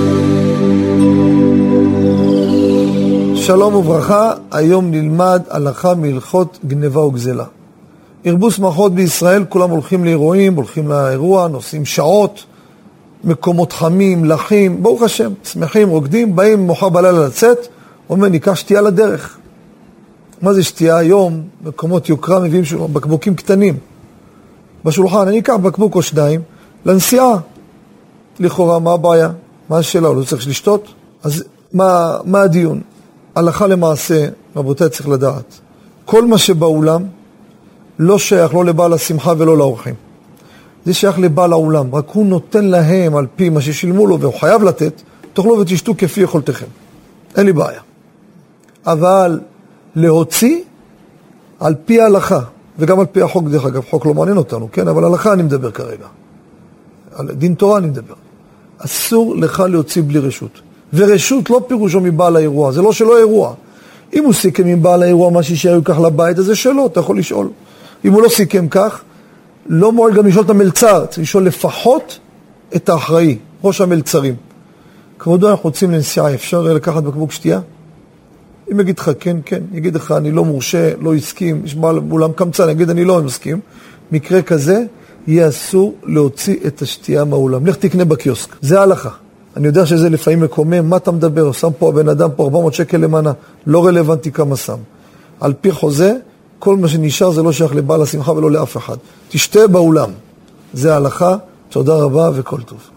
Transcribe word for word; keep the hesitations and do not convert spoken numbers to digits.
שלום וברכה, היום נלמד הלכה מהלכות גניבה וגזלה. הרבו שמחות בישראל, כולם הולכים לאירועים, הולכים לאירוע, נוסעים שעות, מקומות חמים, לחים, ברוך השם, שמחים, רוקדים, באים מוחר בלילה לצאת, אומר ניקח שתייה לדרך. מה זה שתייה? היום מקומות יוקרה מביאים בקבוקים קטנים. בשולחן, אני אקח בקבוק או שניים לנסיעה. לכאורה, מה הבעיה? מה השאלה? הוא לא צריך לשתות? אז מה, מה הדיון? הלכה למעשה, רבותיי, צריך לדעת. כל מה שבאולם לא שייך לא לבעל השמחה ולא לאורחים. זה שייך לבעל העולם. רק הוא נותן להם על פי מה ששילמו לו, והוא חייב לתת, תאכלו ותשתו כפי יכולתכם. אין לי בעיה. אבל להוציא על פי ההלכה, וגם על פי החוק, דרך אגב, חוק לא מעניין אותנו, כן? אבל הלכה אני מדבר כרגע. על דין תורה אני מדבר. אסור לך להוציא בלי רשות. ורשות לא פירושו מבעל האירוע, זה לא שלא אירוע. אם הוא סיכם עם בעל האירוע מה שישאר כך לבית, אז זה שלו, אתה יכול לשאול. אם הוא לא סיכם כך, לא מועל גם לשאול את המלצר, צריך לשאול לפחות את האחראי, ראש המלצרים. כבודו, אנחנו רוצים לנסיעה, אפשר לקחת בקבוק שתייה? אם יגיד לך כן, כן, יגיד לך אני לא מורשה, לא הסכים, יש בעל אולם קמצן, יגיד אני לא מסכים, מקרה כזה יהיה אסור להוציא את השתייה מהאולם. לך תקנה בקיוסק, זה ההלכה. אני יודע שזה לפעמים מקומם, מה אתה מדבר? שם פה הבן אדם פה ארבע מאות שקל למנה, לא רלוונטי כמה שם. על פי חוזה, כל מה שנשאר זה לא שייך לבעל השמחה ולא לאף אחד. תשתה באולם. זה ההלכה, תודה רבה וכל טוב.